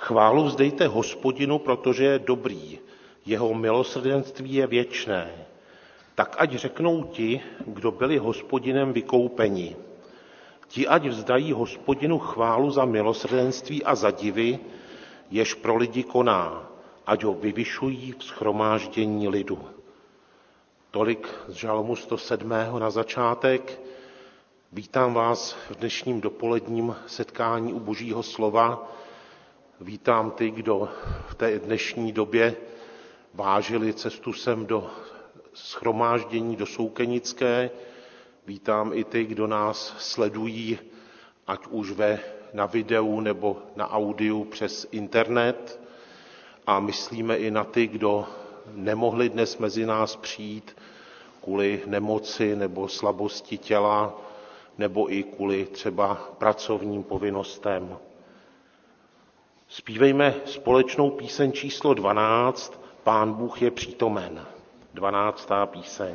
Chválu vzdejte Hospodinu, protože je dobrý, jeho milosrdenství je věčné. Tak ať řeknou ti, kdo byli Hospodinem vykoupeni. Ti ať vzdají Hospodinu chválu za milosrdenství a za divy, jež pro lidi koná, ať ho vyvyšují v shromáždění lidu. Tolik z žalmu 107. na začátek. Vítám vás v dnešním dopoledním setkání u Božího slova. Vítám ty, kdo v té dnešní době vážili cestu sem do shromáždění do Soukenické. Vítám i ty, kdo nás sledují, ať už na videu nebo na audiu přes internet. A myslíme i na ty, kdo nemohli dnes mezi nás přijít kvůli nemoci nebo slabosti těla, nebo i kvůli třeba pracovním povinnostem. Zpívejme společnou píseň číslo 12, Pán Bůh je přítomen. 12. píseň.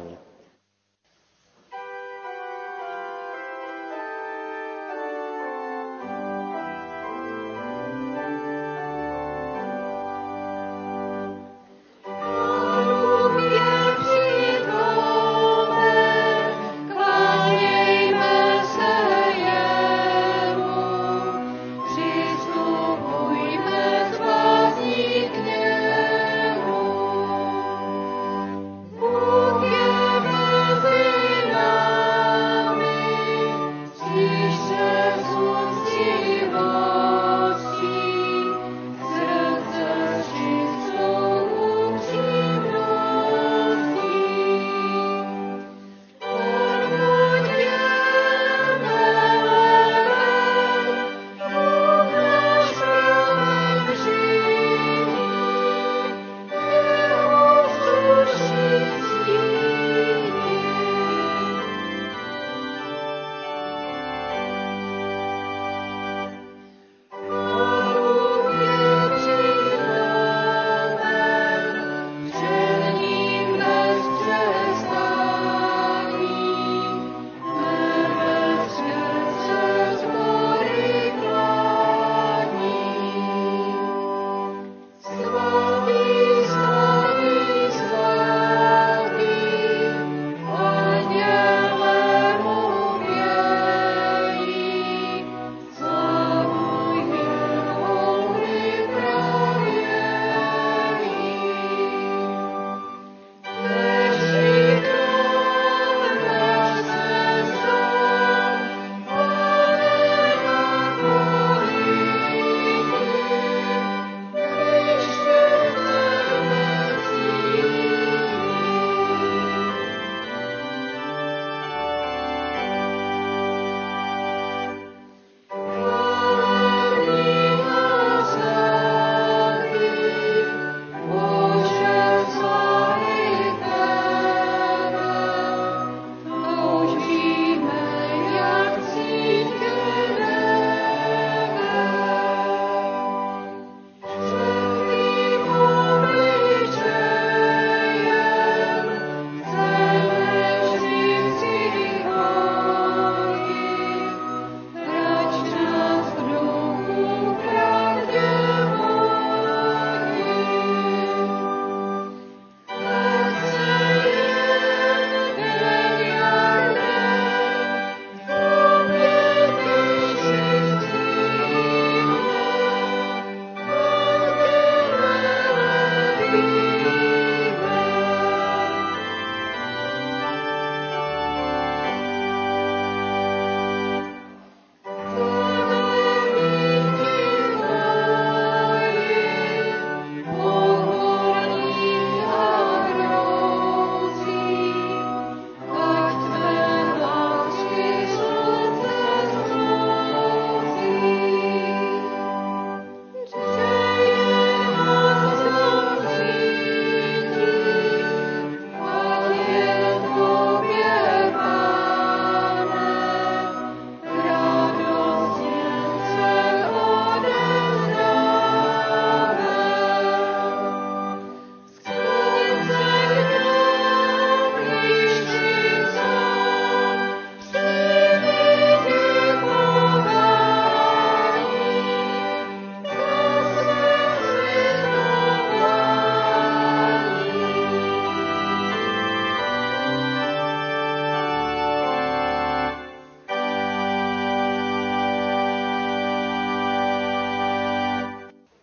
Bůh je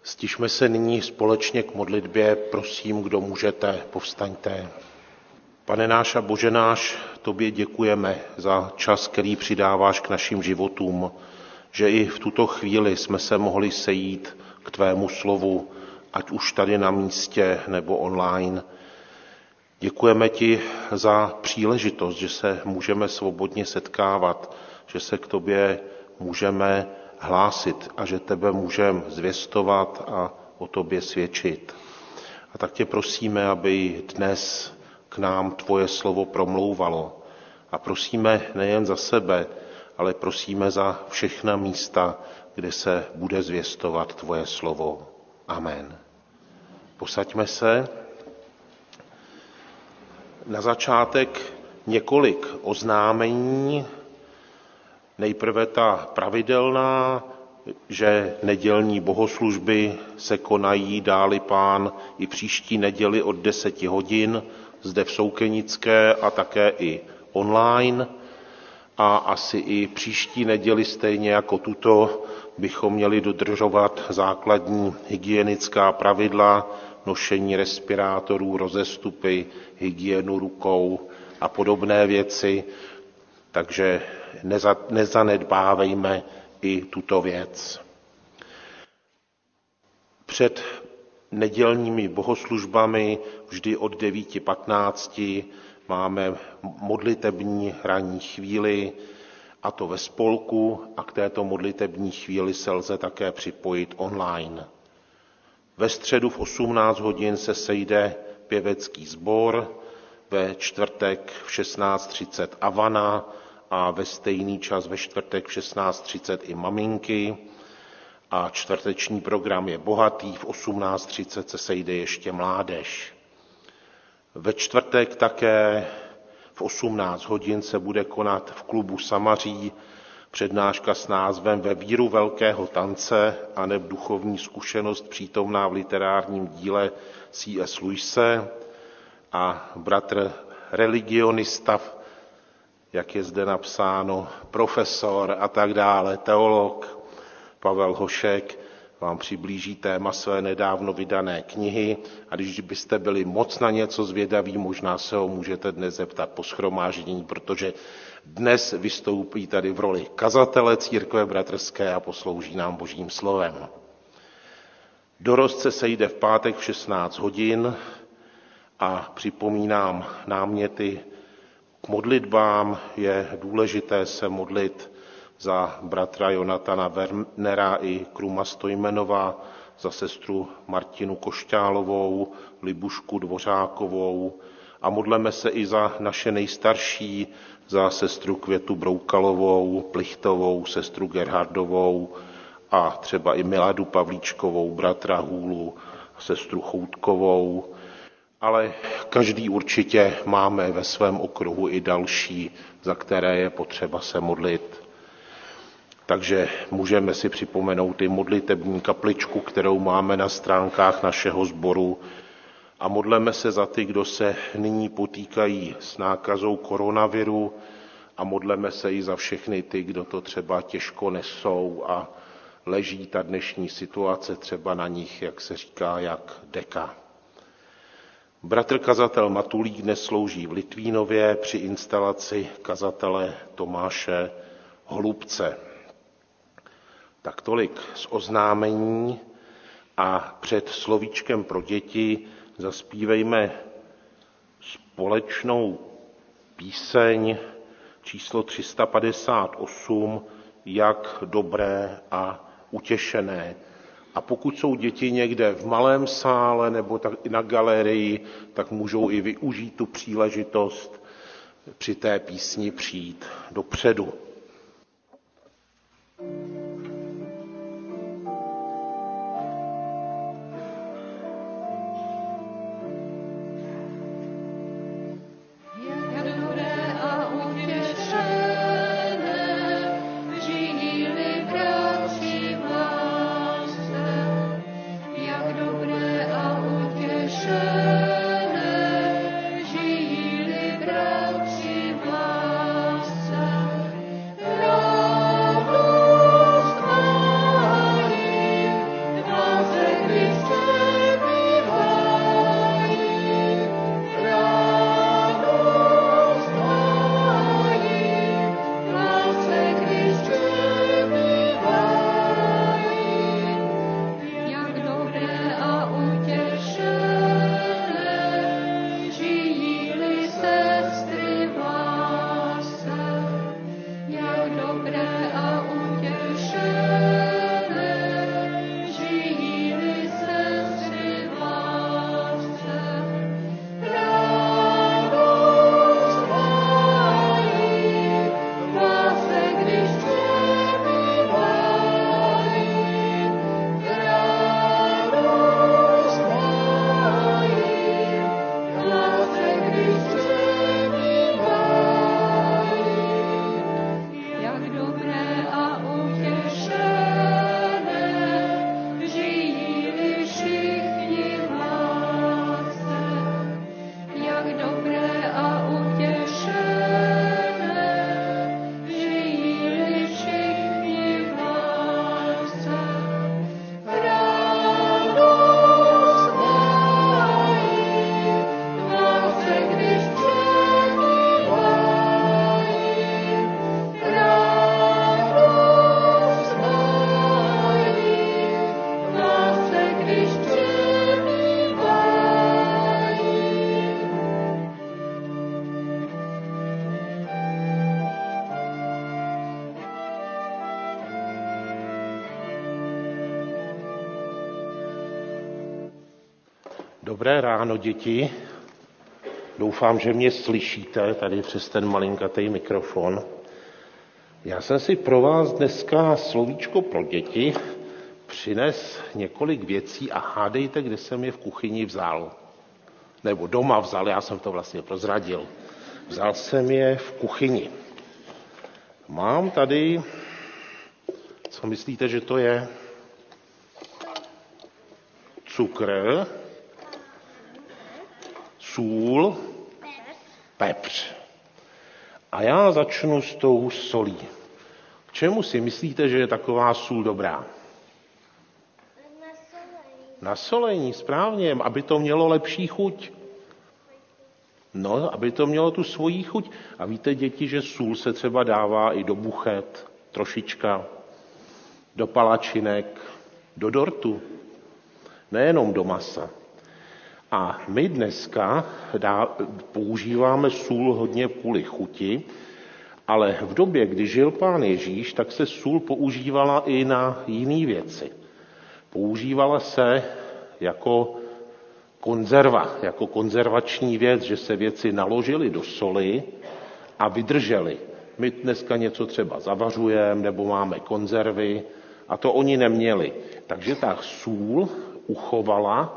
Stišme se nyní společně k modlitbě, prosím, kdo můžete, povstaňte. Pane náš a Bože náš, tobě děkujeme za čas, který přidáváš k našim životům, že i v tuto chvíli jsme se mohli sejít k tvému slovu, ať už tady na místě nebo online. Děkujeme ti za příležitost, že se můžeme svobodně setkávat, že se k tobě můžeme hlásit a že tebe můžeme zvěstovat a o tobě svědčit. A tak tě prosíme, aby dnes k nám tvoje slovo promlouvalo. A prosíme nejen za sebe, ale prosíme za všechna místa, kde se bude zvěstovat tvoje slovo. Amen. Posaďme se. Na začátek několik oznámení. Nejprve ta pravidelná, že nedělní bohoslužby se konají, dá-li Pán, i příští neděli od 10 hodin zde v Soukenické a také i online. A asi i příští neděli, stejně jako tuto, bychom měli dodržovat základní hygienická pravidla, nošení respirátorů, rozestupy, hygienu rukou a podobné věci. Takže nezanedbávejme i tuto věc. Před nedělními bohoslužbami vždy od 9:15 máme modlitební ranní chvíli, a to ve spolku, a k této modlitební chvíli se lze také připojit online. Ve středu v 18 hodin se sejde pěvecký sbor, ve čtvrtek v 16:30 Avana a ve stejný čas ve čtvrtek v 16:30 i maminky. A čtvrteční program je bohatý, v 18:30 se sejde ještě mládež. Ve čtvrtek také v 18 hodin se bude konat v klubu Samaří přednáška s názvem Ve víru velkého tance aneb duchovní zkušenost přítomná v literárním díle C.S. Lewise, a bratr religionista, jak je zde napsáno, profesor a tak dále, teolog Pavel Hošek vám přiblíží téma své nedávno vydané knihy, a když byste byli moc na něco zvědaví, možná se ho můžete dnes zeptat po shromáždění, protože dnes vystoupí tady v roli kazatele církve bratrské a poslouží nám božím slovem. Dorost se sejde v pátek v 16 hodin a připomínám náměty k modlitbám. Je důležité se modlit za bratra Jonatana Wernera i Kruma Stojmenova, za sestru Martinu Košťálovou, Libušku Dvořákovou a modleme se i za naše nejstarší, za sestru Květu Broukalovou, Plichtovou, sestru Gerhardovou a třeba i Miladu Pavlíčkovou, bratra Hůlu, sestru Choutkovou, ale každý určitě máme ve svém okruhu i další, za které je potřeba se modlit. Takže můžeme si připomenout i modlitební kapličku, kterou máme na stránkách našeho sboru, a modleme se za ty, kdo se nyní potýkají s nákazou koronaviru, a modleme se i za všechny ty, kdo to třeba těžko nesou a leží ta dnešní situace třeba na nich, jak se říká, jak deka. Bratr kazatel Matulík dnes slouží v Litvínově při instalaci kazatele Tomáše Holubce. Tak tolik z oznámení, a před slovíčkem pro děti zaspívejme společnou píseň číslo 358, Jak dobré a utěšené. A pokud jsou děti někde v malém sále nebo tak i na galerii, tak můžou i využít tu příležitost při té písni přijít dopředu. Dobré ráno, děti. Doufám, že mě slyšíte tady přes ten malinkatý mikrofon. Já jsem si pro vás dneska slovíčko pro děti přines několik věcí a hádejte, kde jsem je v kuchyni vzal. Nebo doma vzal, já jsem to vlastně prozradil. Vzal jsem je v kuchyni. Mám tady, co myslíte, že to je? Cukr, sůl, pepř. A já začnu s tou solí. K čemu si myslíte, že je taková sůl dobrá? Na solení, správně, aby to mělo lepší chuť. No, aby to mělo tu svoji chuť. A víte, děti, že sůl se třeba dává i do buchet, trošička, do palačinek, do dortu, nejenom do masa. A my dneska používáme sůl hodně kvůli chuti, ale v době, kdy žil Pán Ježíš, tak se sůl používala i na jiné věci. Používala se jako konzerva, jako konzervační věc, že se věci naložily do soli a vydržely. My dneska něco třeba zavařujeme nebo máme konzervy a to oni neměli. Takže ta sůl uchovala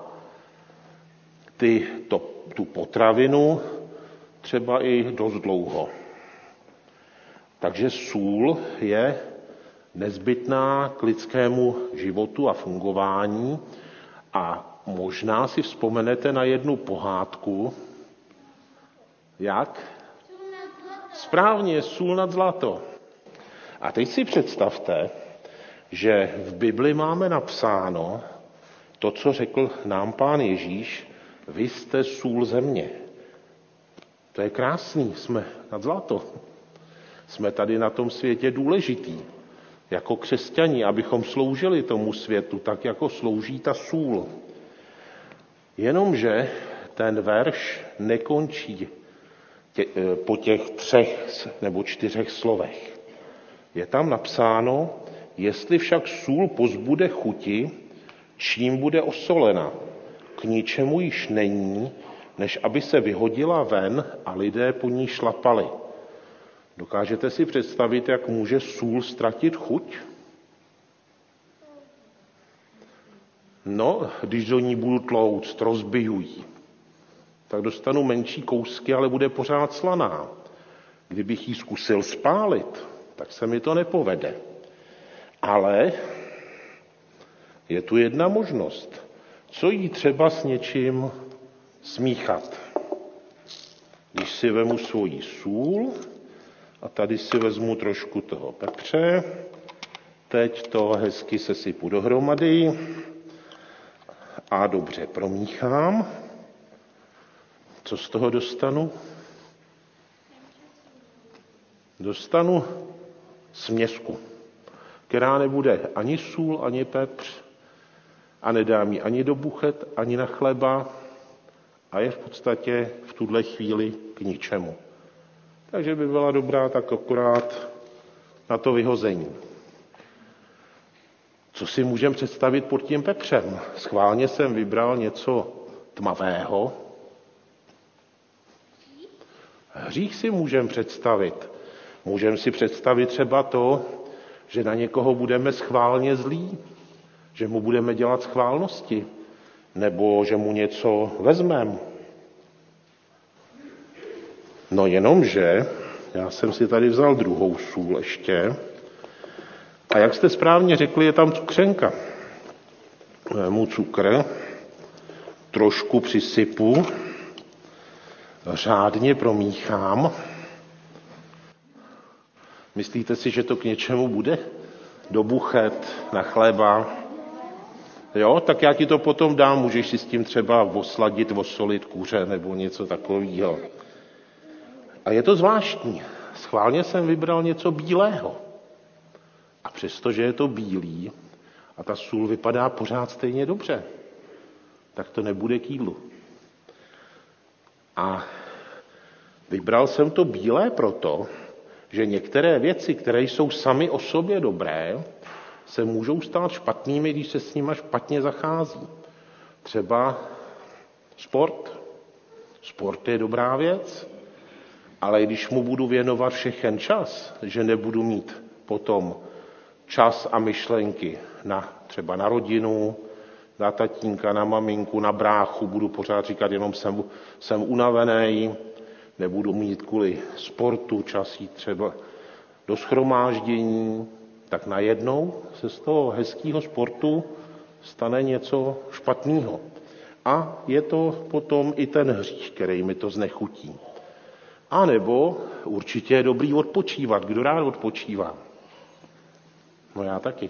tu potravinu třeba i dost dlouho. Takže sůl je nezbytná k lidskému životu a fungování a možná si vzpomenete na jednu pohádku. Jak? Správně, sůl nad zlato. A teď si představte, že v Bibli máme napsáno to, co řekl nám Pán Ježíš, vy jste sůl země. To je krásný, jsme nad zlato. Jsme tady na tom světě důležitý. Jako křesťani, abychom sloužili tomu světu, tak jako slouží ta sůl. Jenomže ten verš nekončí po těch 3 nebo 4 slovech. Je tam napsáno, jestli však sůl pozbude chuti, čím bude osolena, k ničemu již není, než aby se vyhodila ven a lidé po ní šlapali. Dokážete si představit, jak může sůl ztratit chuť? No, když do ní budu tlouct, rozbiju ji, tak dostanu menší kousky, ale bude pořád slaná. Kdybych ji zkusil spálit, tak se mi to nepovede. Ale je tu jedna možnost. Co jí třeba s něčím smíchat? Když si vemu svoji sůl a tady si vezmu trošku toho pepře, teď to hezky sesypu dohromady a dobře promíchám. Co z toho dostanu? Dostanu směsku, která nebude ani sůl, ani pepř a nedám ji ani do buchet, ani na chleba a je v podstatě v tuhle chvíli k ničemu. Takže by byla dobrá tak akorát na to vyhození. Co si můžeme představit pod tím pepřem? Schválně jsem vybral něco tmavého. Hřích si můžeme představit. Můžeme si představit třeba to, že na někoho budeme schválně zlí, že mu budeme dělat schválnosti, nebo že mu něco vezmeme. No jenomže, já jsem si tady vzal druhou sůl ještě, a jak jste správně řekli, je tam cukřenka. Vezmu cukr, trošku přisypu, řádně promíchám. Myslíte si, že to k něčemu bude? Do buchet, na chleba? Jo, tak já ti to potom dám, můžeš si s tím třeba osladit, osolit kuře nebo něco takového. A je to zvláštní. Schválně jsem vybral něco bílého. A přestože je to bílý a ta sůl vypadá pořád stejně dobře, tak to nebude k jídlu. A vybral jsem to bílé proto, že některé věci, které jsou sami o sobě dobré, se můžou stát špatnými, když se s nimi špatně zachází. Třeba Sport je dobrá věc, ale když mu budu věnovat všechen čas, že nebudu mít potom čas a myšlenky třeba na rodinu, na tatínka, na maminku, na bráchu, budu pořád říkat, jenom jsem unavený, nebudu mít kvůli sportu čas jít třeba do shromáždění, tak najednou se z toho hezkého sportu stane něco špatného. A je to potom i ten hřích, který mi to znechutí. A nebo určitě je dobrý odpočívat. Kdo rád odpočívá? No já taky.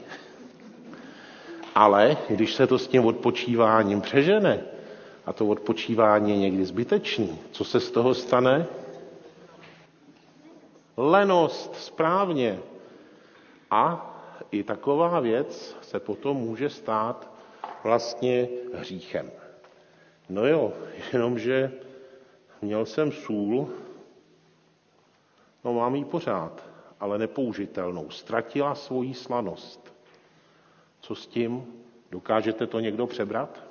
Ale když se to s tím odpočíváním přežene a to odpočívání je někdy zbytečný, co se z toho stane? Lenost, správně. A i taková věc se potom může stát vlastně hříchem. No jo, jenomže měl jsem sůl, no mám ji pořád, ale nepoužitelnou. Ztratila svoji slanost. Co s tím? Dokážete to někdo přebrat?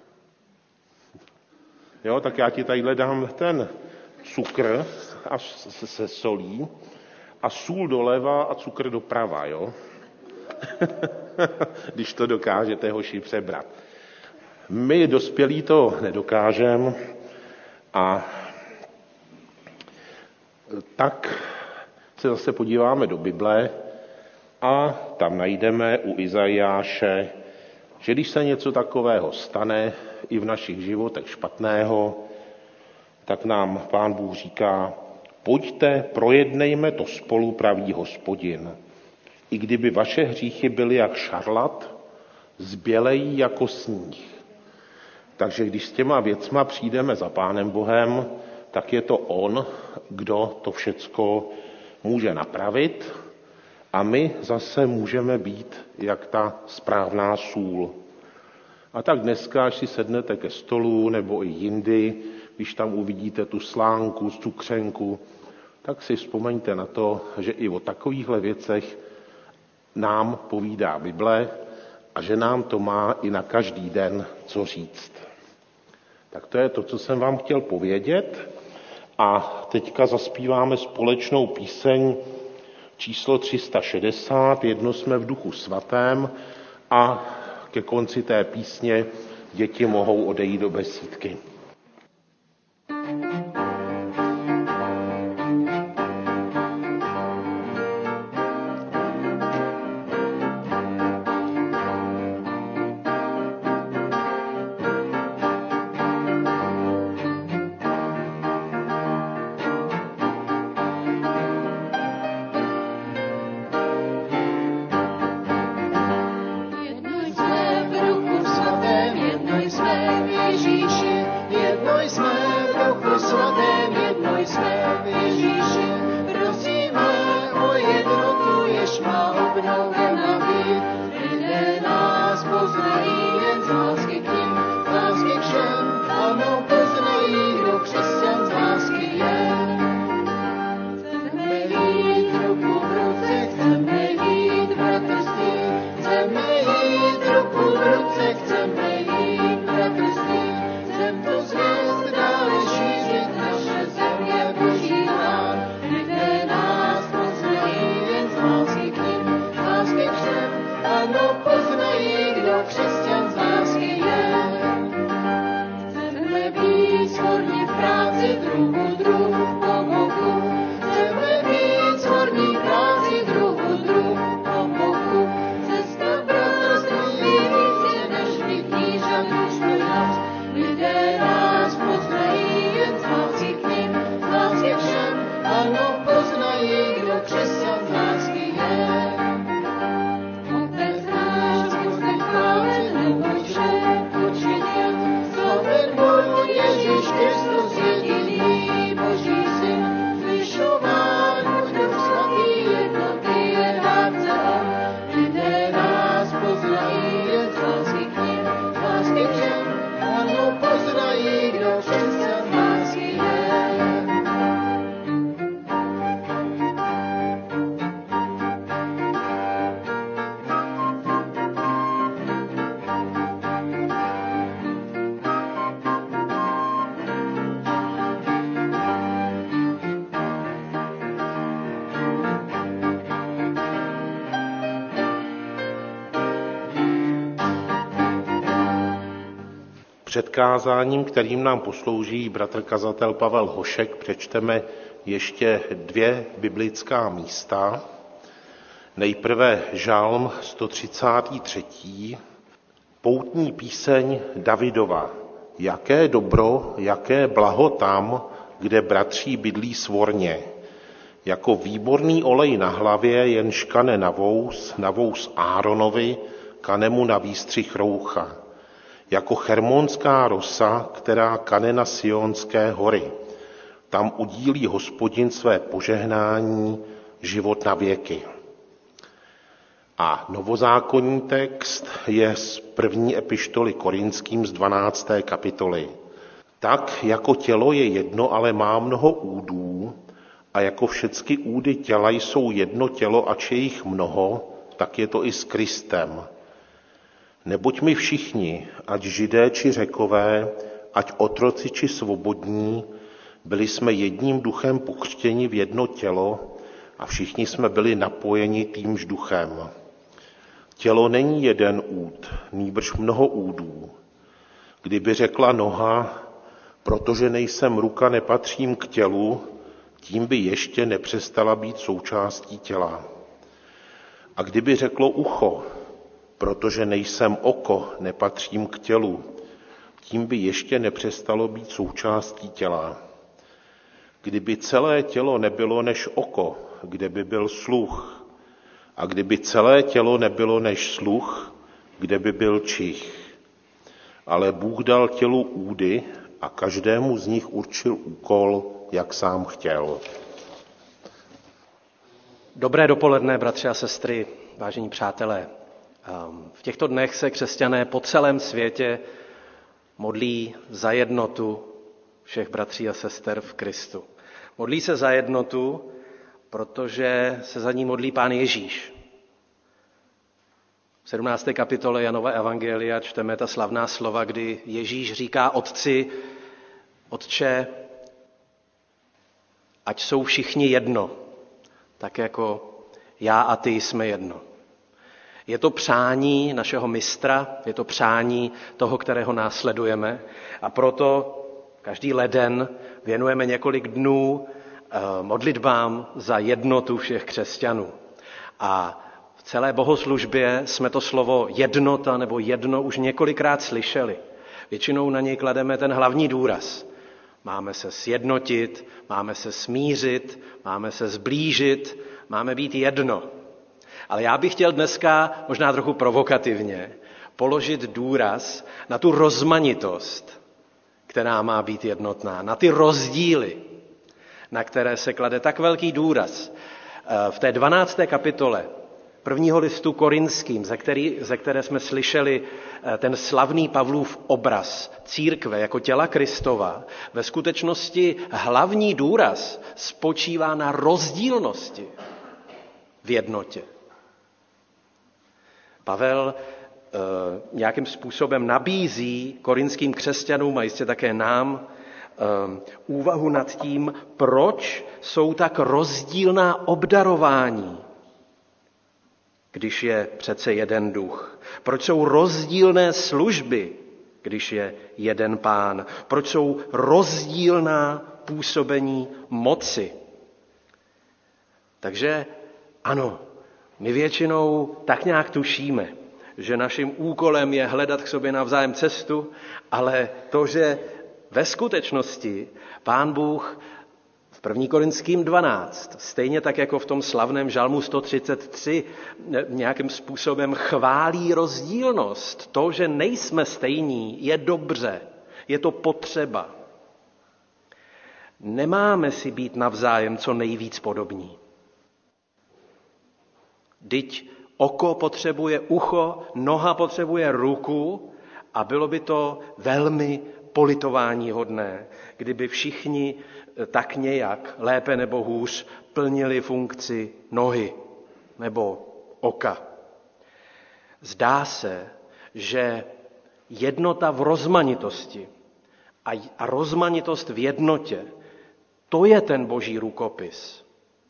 Jo, tak já ti tadyhle dám ten cukr se solí a sůl doleva a cukr doprava, jo? Když to dokážete, hoši, přebrat. My dospělí to nedokážeme a tak se zase podíváme do Bible a tam najdeme u Izajáše, že když se něco takového stane i v našich životech špatného, tak nám Pán Bůh říká, pojďte, projednejme to spolu, pravý Hospodin. I kdyby vaše hříchy byly jak šarlat, zbělejí jako sníh. Takže když s těma věcma přijdeme za Pánem Bohem, tak je to on, kdo to všecko může napravit a my zase můžeme být jak ta správná sůl. A tak dneska, až si sednete ke stolu nebo i jindy, když tam uvidíte tu slánku, cukřenku, tak si vzpomeňte na to, že i o takovýchhle věcech nám povídá Bible a že nám to má i na každý den co říct. Tak to je to, co jsem vám chtěl povědět. A teďka zaspíváme společnou píseň číslo 360, jedno jsme v Duchu svatém a ke konci té písně děti mohou odejít do besídky. Jedno jsme v Duchu svatém, jedno jsme v Ježíši, Před kázáním, kterým nám poslouží bratr kazatel Pavel Hošek, přečteme ještě 2 biblická místa. Nejprve žalm 133. Poutní píseň Davidova. Jaké dobro, jaké blaho tam, kde bratří bydlí svorně. Jako výborný olej na hlavě, jenž kane na vous Áronovi, kane mu na výstřih roucha. Jako Hermonská rosa, která kane na Sionské hory. Tam udílí Hospodin své požehnání, život na věky. A novozákonní text je z 1. epištoly Korinským z 12. kapitoly. Tak jako tělo je jedno, ale má mnoho údů, a jako všechny údy těla jsou jedno tělo, ač je jich mnoho, tak je to i s Kristem. Neboť my všichni, ať Židé či Řekové, ať otroci či svobodní, byli jsme jedním duchem pokřtěni v jedno tělo a všichni jsme byli napojeni týmž duchem. Tělo není jeden úd, nýbrž mnoho údů. Kdyby řekla noha, protože nejsem ruka, nepatřím k tělu, tím by ještě nepřestala být součástí těla. A kdyby řeklo ucho, protože nejsem oko, nepatřím k tělu, tím by ještě nepřestalo být součástí těla. Kdyby celé tělo nebylo než oko, kde by byl sluch, a kdyby celé tělo nebylo než sluch, kde by byl čich. Ale Bůh dal tělu údy a každému z nich určil úkol, jak sám chtěl. Dobré dopoledne, bratři a sestry, vážení přátelé. V těchto dnech se křesťané po celém světě modlí za jednotu všech bratří a sester v Kristu. Modlí se za jednotu, protože se za ní modlí Pán Ježíš. V 17. kapitole Janova evangelia čteme ta slavná slova, kdy Ježíš říká Otci, Otče, ať jsou všichni jedno, tak jako já a ty jsme jedno. Je to přání našeho mistra, je to přání toho, kterého následujeme, a proto každý leden věnujeme několik dnů modlitbám za jednotu všech křesťanů. A v celé bohoslužbě jsme to slovo jednota nebo jedno už několikrát slyšeli. Většinou na něj klademe ten hlavní důraz. Máme se sjednotit, máme se smířit, máme se zblížit, máme být jedno. Ale já bych chtěl dneska, možná trochu provokativně, položit důraz na tu rozmanitost, která má být jednotná, na ty rozdíly, na které se klade tak velký důraz. V té 12. kapitole 1. listu Korinským, ze které jsme slyšeli ten slavný Pavlův obraz církve jako těla Kristova, ve skutečnosti hlavní důraz spočívá na rozdílnosti v jednotě. Pavel nějakým způsobem nabízí korinským křesťanům a jistě také nám úvahu nad tím, proč jsou tak rozdílná obdarování, když je přece jeden duch. Proč jsou rozdílné služby, když je jeden Pán. Proč jsou rozdílná působení moci. Takže ano, my většinou tak nějak tušíme, že naším úkolem je hledat k sobě navzájem cestu, ale to, že ve skutečnosti Pán Bůh v 1. Korinským 12, stejně tak jako v tom slavném žalmu 133, nějakým způsobem chválí rozdílnost. To, že nejsme stejní, je dobře, je to potřeba. Nemáme si být navzájem co nejvíc podobní. Vždyť oko potřebuje ucho, noha potřebuje ruku a bylo by to velmi politováníhodné, kdyby všichni tak nějak, lépe nebo hůř, plnili funkci nohy nebo oka. Zdá se, že jednota v rozmanitosti a rozmanitost v jednotě, to je ten boží rukopis.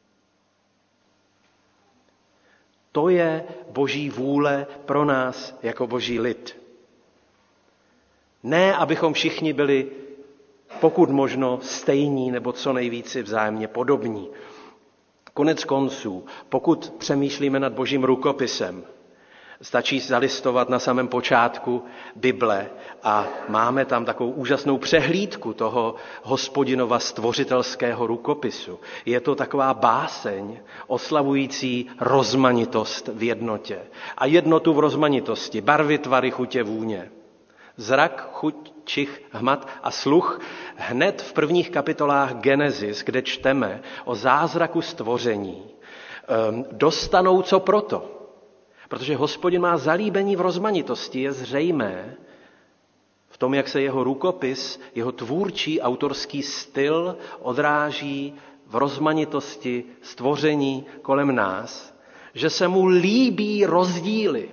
To je boží vůle pro nás jako boží lid. Ne, abychom všichni byli pokud možno stejní nebo co nejvíce vzájemně podobní. Konec konců, pokud přemýšlíme nad Božím rukopisem, stačí zalistovat na samém počátku Bible a máme tam takovou úžasnou přehlídku toho Hospodinova stvořitelského rukopisu. Je to taková báseň oslavující rozmanitost v jednotě. A jednotu v rozmanitosti, barvy, tvary, chutě, vůně. Zrak, chuť, čich, hmat a sluch hned v prvních kapitolách Genesis, kde čteme o zázraku stvoření, dostanou co proto. Protože Hospodin má zalíbení v rozmanitosti, je zřejmé v tom, jak se jeho rukopis, jeho tvůrčí autorský styl odráží v rozmanitosti stvoření kolem nás, že se mu líbí rozdíly.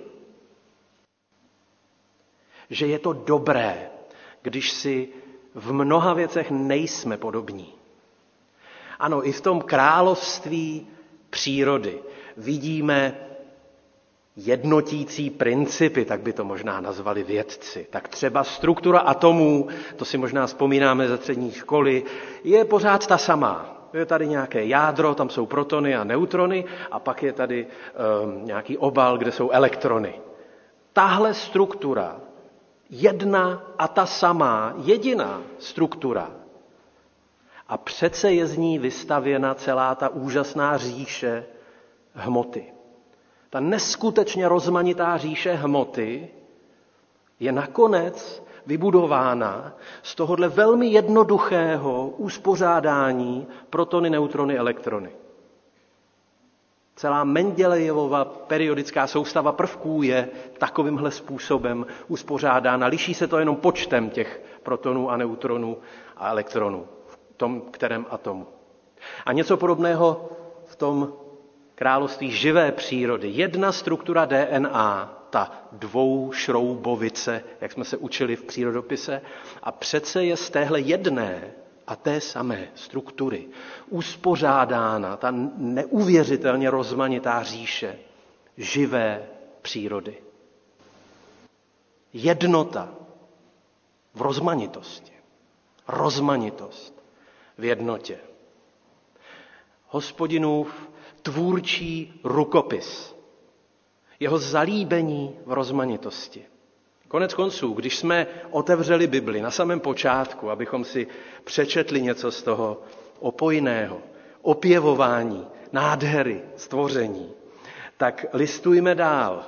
Že je to dobré, když si v mnoha věcech nejsme podobní. Ano, i v tom království přírody vidíme jednotící principy, tak by to možná nazvali vědci. Tak třeba struktura atomů, to si možná vzpomínáme ze střední školy, je pořád ta samá. Je tady nějaké jádro, tam jsou protony a neutrony a pak je tady nějaký obal, kde jsou elektrony. Tahle struktura, jedna a ta samá, jediná struktura. A přece je z ní vystavěna celá ta úžasná říše hmoty. Ta neskutečně rozmanitá říše hmoty je nakonec vybudována z tohohle velmi jednoduchého uspořádání protony, neutrony, elektrony. Celá Mendelejevova periodická soustava prvků je takovýmhle způsobem uspořádána. Liší se to jenom počtem těch protonů a neutronů a elektronů v tom kterém atomu. A něco podobného v tom království živé přírody. Jedna struktura DNA, ta dvoušroubovice, jak jsme se učili v přírodopise, a přece je z téhle jedné a té samé struktury uspořádána ta neuvěřitelně rozmanitá říše živé přírody. Jednota v rozmanitosti. Rozmanitost v jednotě. Hospodinův tvůrčí rukopis. Jeho zalíbení v rozmanitosti. Konec konců, když jsme otevřeli Bibli na samém počátku, abychom si přečetli něco z toho opojného, opěvování, nádhery, stvoření, tak listujme dál.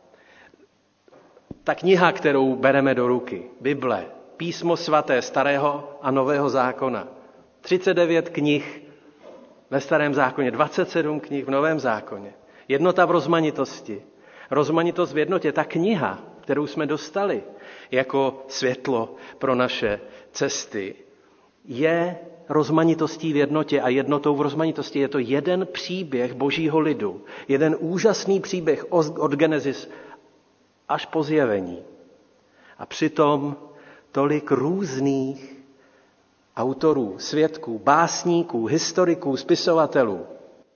Ta kniha, kterou bereme do ruky, Bible, písmo svaté Starého a Nového zákona, 39 knih ve Starém zákoně, 27 knih v Novém zákoně, jednota v rozmanitosti, rozmanitost v jednotě, ta kniha, kterou jsme dostali jako světlo pro naše cesty, je rozmanitostí v jednotě a jednotou v rozmanitosti. Je to jeden příběh Božího lidu, jeden úžasný příběh od Genesis až po zjevení. A přitom tolik různých autorů, svědků, básníků, historiků, spisovatelů.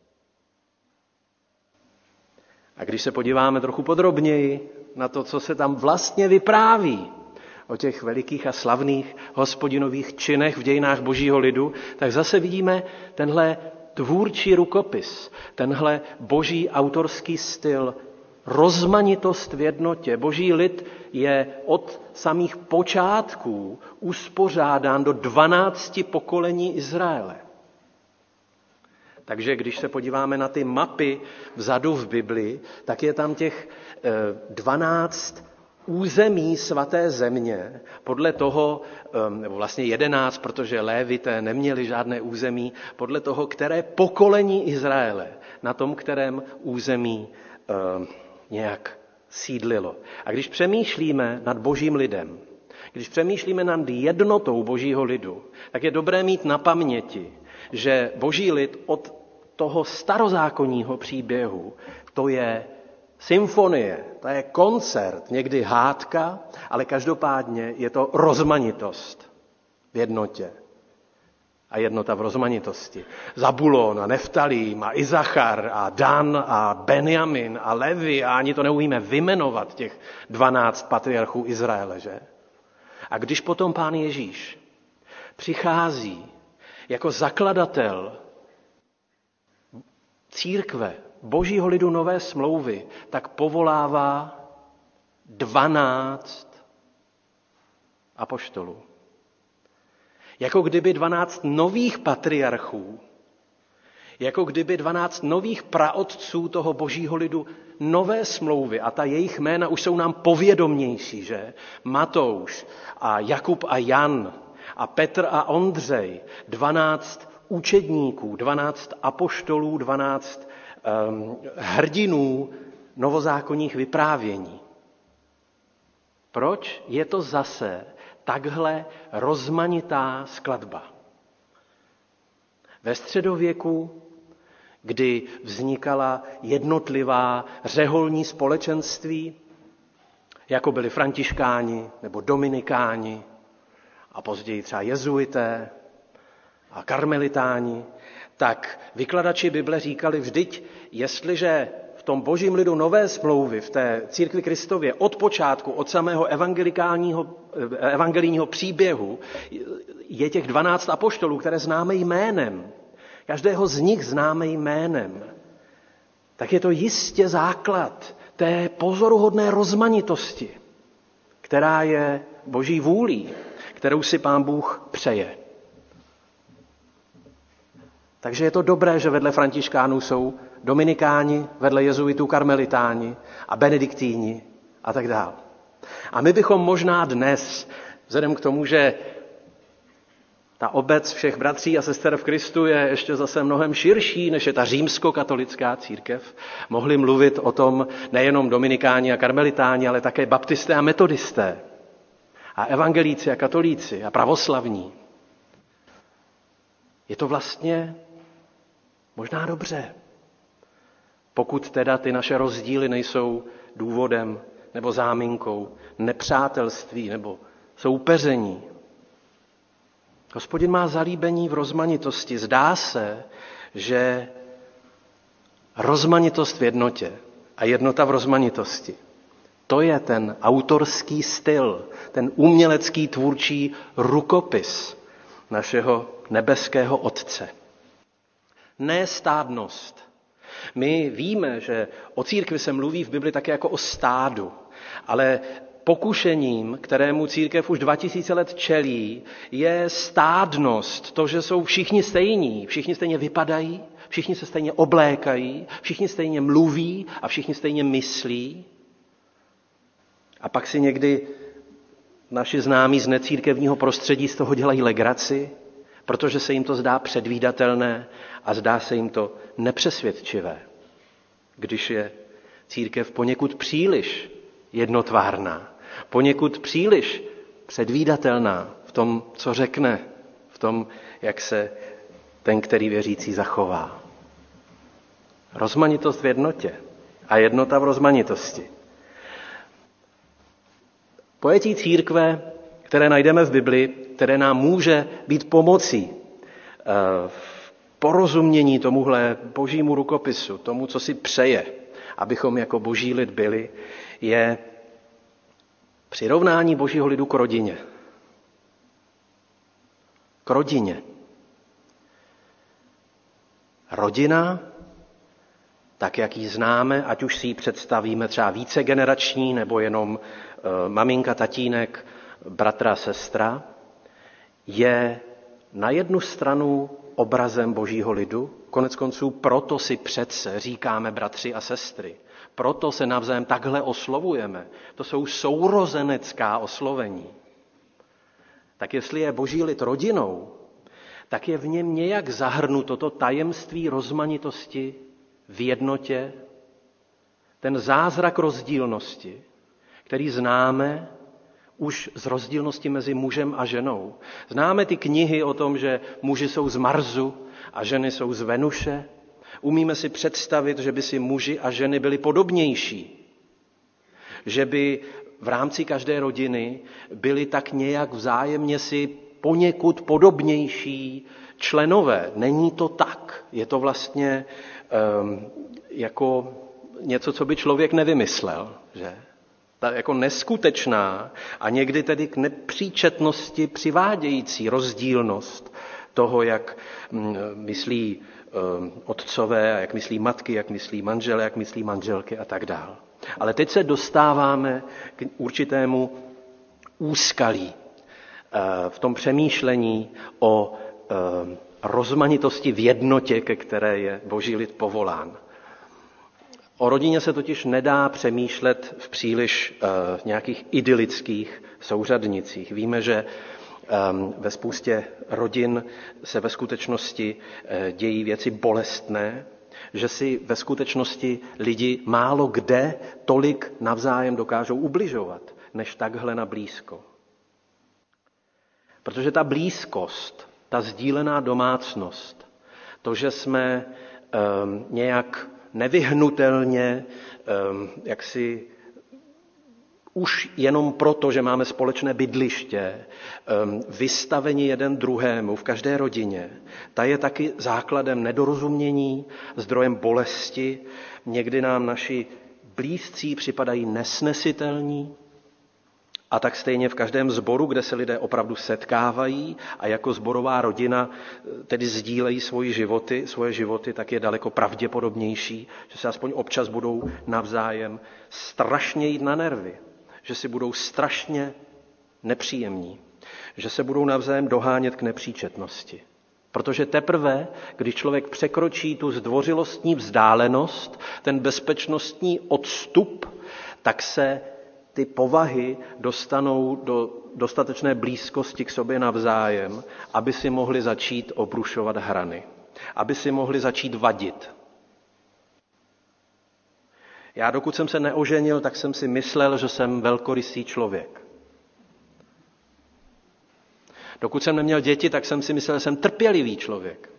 A když se podíváme trochu podrobněji na to, co se tam vlastně vypráví o těch velikých a slavných hospodinových činech v dějinách Božího lidu, tak zase vidíme tenhle tvůrčí rukopis, tenhle boží autorský styl, rozmanitost v jednotě. Boží lid je od samých počátků uspořádán do 12 pokolení Izraele. Takže když se podíváme na ty mapy vzadu v Biblii, tak je tam těch 12 území svaté země, podle toho, nebo vlastně 11, protože Lévité neměli žádné území, podle toho, které pokolení Izraele na tom, kterém území nějak sídlilo. A když přemýšlíme nad Božím lidem, když přemýšlíme nad jednotou Božího lidu, tak je dobré mít na paměti, že Boží lid od toho starozákonního příběhu, to je symfonie, to je koncert, někdy hádka, ale každopádně je to rozmanitost v jednotě. A jednota v rozmanitosti. Zabulon a Neftalím a Izachar a Dan a Benjamin a Levi a ani to neumíme vyjmenovat těch 12 patriarchů Izraele, že? A když potom Pán Ježíš přichází jako zakladatel církve, Božího lidu nové smlouvy, tak povolává 12 apoštolů. Jako kdyby 12 nových patriarchů, jako kdyby 12 nových praotců toho Božího lidu nové smlouvy, a ta jejich jména už jsou nám povědomější, že? Matouš a Jakub a Jan a Petr a Ondřej, 12 učedníků, 12 apoštolů, 12 hrdinů novozákonních vyprávění. Proč je to zase takhle rozmanitá skladba? Ve středověku, kdy vznikala jednotlivá řeholní společenství, jako byli františkáni nebo dominikáni a později třeba jezuité a karmelitáni, tak vykladači Bible říkali vždyť, jestliže v tom Božím lidu nové smlouvy, v té církvi Kristově od počátku, od samého evangelijního příběhu je těch 12 apoštolů, které známe jménem, každého z nich známe jménem, tak je to jistě základ té pozoruhodné rozmanitosti, která je Boží vůlí, kterou si Pán Bůh přeje. Takže je to dobré, že vedle františkánů jsou dominikáni, vedle jezuitů karmelitáni a benediktíni a tak dále. A my bychom možná dnes, vzhledem k tomu, že ta obec všech bratří a sester v Kristu je ještě zase mnohem širší, než je ta římskokatolická církev, mohli mluvit o tom nejenom dominikáni a karmelitáni, ale také baptisté a metodisté a evangelíci a katolíci a pravoslavní. Je to vlastně možná dobře, pokud teda ty naše rozdíly nejsou důvodem nebo záminkou nepřátelství nebo soupeření. Hospodin má zalíbení v rozmanitosti. Zdá se, že rozmanitost v jednotě a jednota v rozmanitosti, to je ten autorský styl, ten umělecký tvůrčí rukopis našeho nebeského Otce. Ne stádnost. My víme, že o církvi se mluví v Bibli také jako o stádu, ale pokušením, kterému církev už 2000 let čelí, je stádnost, to, že jsou všichni stejní, všichni stejně vypadají, všichni se stejně oblékají, všichni stejně mluví a všichni stejně myslí. A pak si někdy naši známí z necírkevního prostředí z toho dělají legraci, protože se jim to zdá předvídatelné a zdá se jim to nepřesvědčivé, když je církev poněkud příliš jednotvárná, poněkud příliš předvídatelná v tom, co řekne, v tom, jak se ten, který věřící, zachová. Rozmanitost v jednotě a jednota v rozmanitosti. Pojetí církve, které najdeme v Bibli, které nám může být pomocí v porozumění tomuhle božímu rukopisu, tomu, co si přeje, abychom jako boží lid byli, je přirovnání božího lidu k rodině. K rodině. Rodina, tak jak ji známe, ať už si ji představíme třeba vícegenerační, nebo jenom maminka, tatínek, bratra, sestra, je na jednu stranu obrazem božího lidu, koneckonců proto si přece říkáme bratři a sestry, proto se navzájem takhle oslovujeme. To jsou sourozenecká oslovení. Tak jestli je boží lid rodinou, tak je v něm nějak zahrnuto to tajemství rozmanitosti v jednotě, ten zázrak rozdílnosti, který známe už z rozdílnosti mezi mužem a ženou. Známe ty knihy o tom, že muži jsou z Marsu a ženy jsou z Venuše. Umíme si představit, že by si muži a ženy byli podobnější. Že by v rámci každé rodiny byli tak nějak vzájemně si poněkud podobnější členové. Není to tak. Je to vlastně jako něco, co by člověk nevymyslel, že? ta jako neskutečná a někdy tedy k nepříčetnosti přivádějící rozdílnost toho, jak myslí otcové, a jak myslí matky, jak myslí manželé, jak myslí manželky a tak dál. Ale teď se dostáváme k určitému úskalí v tom přemýšlení o rozmanitosti v jednotě, ke které je boží lid povolán. O rodině se totiž nedá přemýšlet v příliš nějakých idylických souřadnicích. Víme, že ve spoustě rodin se ve skutečnosti dějí věci bolestné, že si ve skutečnosti lidi málo kde tolik navzájem dokážou ubližovat, než takhle na blízko. Protože ta blízkost, ta sdílená domácnost, to, že jsme nějak nevyhnutelně, jaksi už jenom proto, že máme společné bydliště, vystaveni jeden druhému v každé rodině, ta je taky základem nedorozumění, zdrojem bolesti. Někdy nám naši blízcí připadají nesnesitelní, a tak stejně v každém sboru, kde se lidé opravdu setkávají a jako sborová rodina tedy sdílejí svoje životy, tak je daleko pravděpodobnější, že se aspoň občas budou navzájem strašně jít na nervy, že si budou strašně nepříjemní, že se budou navzájem dohánět k nepříčetnosti. Protože teprve, když člověk překročí tu zdvořilostní vzdálenost, ten bezpečnostní odstup, tak se ty povahy dostanou do dostatečné blízkosti k sobě navzájem, aby si mohli začít obrušovat hrany, aby si mohli začít vadit. Já dokud jsem se neoženil, tak jsem si myslel, že jsem velkorysý člověk. Dokud jsem neměl děti, tak jsem si myslel, že jsem trpělivý člověk.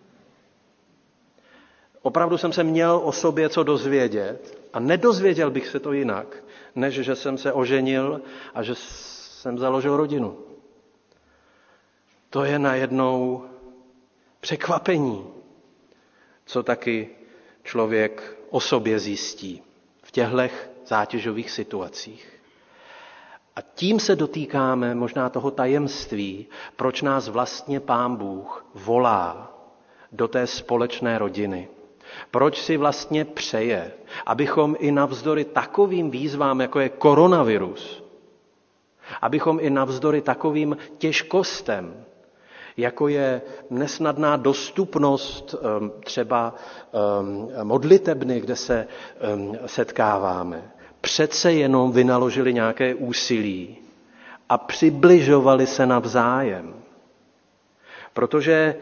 Opravdu jsem se měl o sobě co dozvědět a nedozvěděl bych se to jinak, než že jsem se oženil a že jsem založil rodinu. To je najednou překvapení, co taky člověk o sobě zjistí v těchto zátěžových situacích. A tím se dotýkáme možná toho tajemství, proč nás vlastně Pán Bůh volá do té společné rodiny. Proč si vlastně přeje, abychom i navzdory takovým výzvám, jako je koronavirus, abychom i navzdory takovým těžkostem, jako je nesnadná dostupnost třeba modlitebny, kde se setkáváme, přece jenom vynaložili nějaké úsilí a přibližovali se navzájem. Protože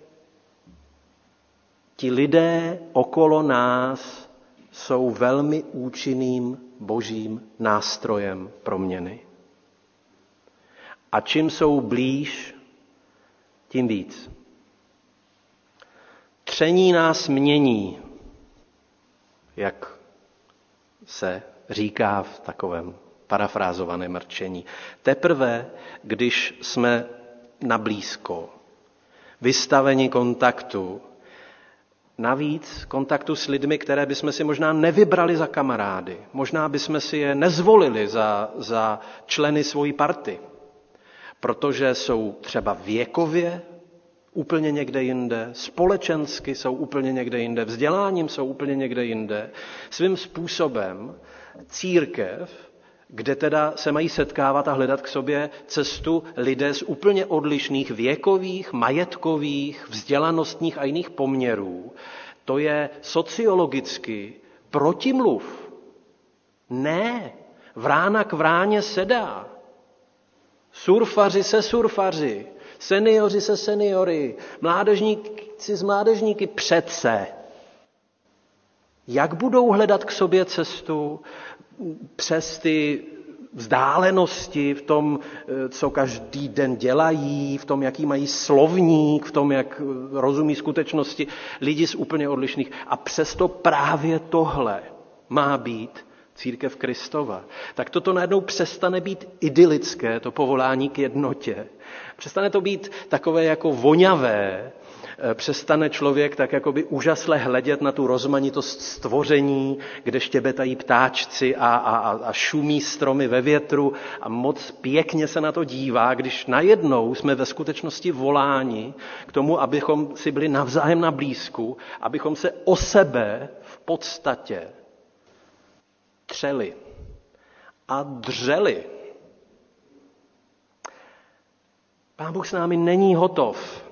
ti lidé okolo nás jsou velmi účinným božím nástrojem proměny. A čím jsou blíž, tím víc. Tření nás mění, jak se říká v takovém parafrázovaném rčení. Teprve, když jsme nablízko, vystaveni kontaktu, navíc kontaktu s lidmi, které bychom si možná nevybrali za kamarády, možná bychom si je nezvolili za členy svojí party, protože jsou třeba věkově úplně někde jinde, společensky jsou úplně někde jinde, vzděláním jsou úplně někde jinde. Svým způsobem církev, kde teda se mají setkávat a hledat k sobě cestu lidé z úplně odlišných věkových, majetkových, vzdělanostních a jiných poměrů, to je sociologicky protimluv. Ne, vrána k vráně sedá. Surfaři se surfaři, seniori se seniory, mládežníci s mládežníky přece. Jak budou hledat k sobě cestu přes ty vzdálenosti v tom, co každý den dělají, v tom, jaký mají slovník, v tom, jak rozumí skutečnosti lidi z úplně odlišných. A přesto právě tohle má být církev Kristova. Tak toto najednou přestane být idylické, to povolání k jednotě. Přestane to být takové jako voňavé, Přestane člověk tak jakoby úžasle hledět na tu rozmanitost stvoření, kde štěbetají ptáčci a šumí stromy ve větru a moc pěkně se na to dívá, když najednou jsme ve skutečnosti voláni k tomu, abychom si byli navzájem na blízku, abychom se o sebe v podstatě třeli a dřeli. Pán Bůh s námi není hotov.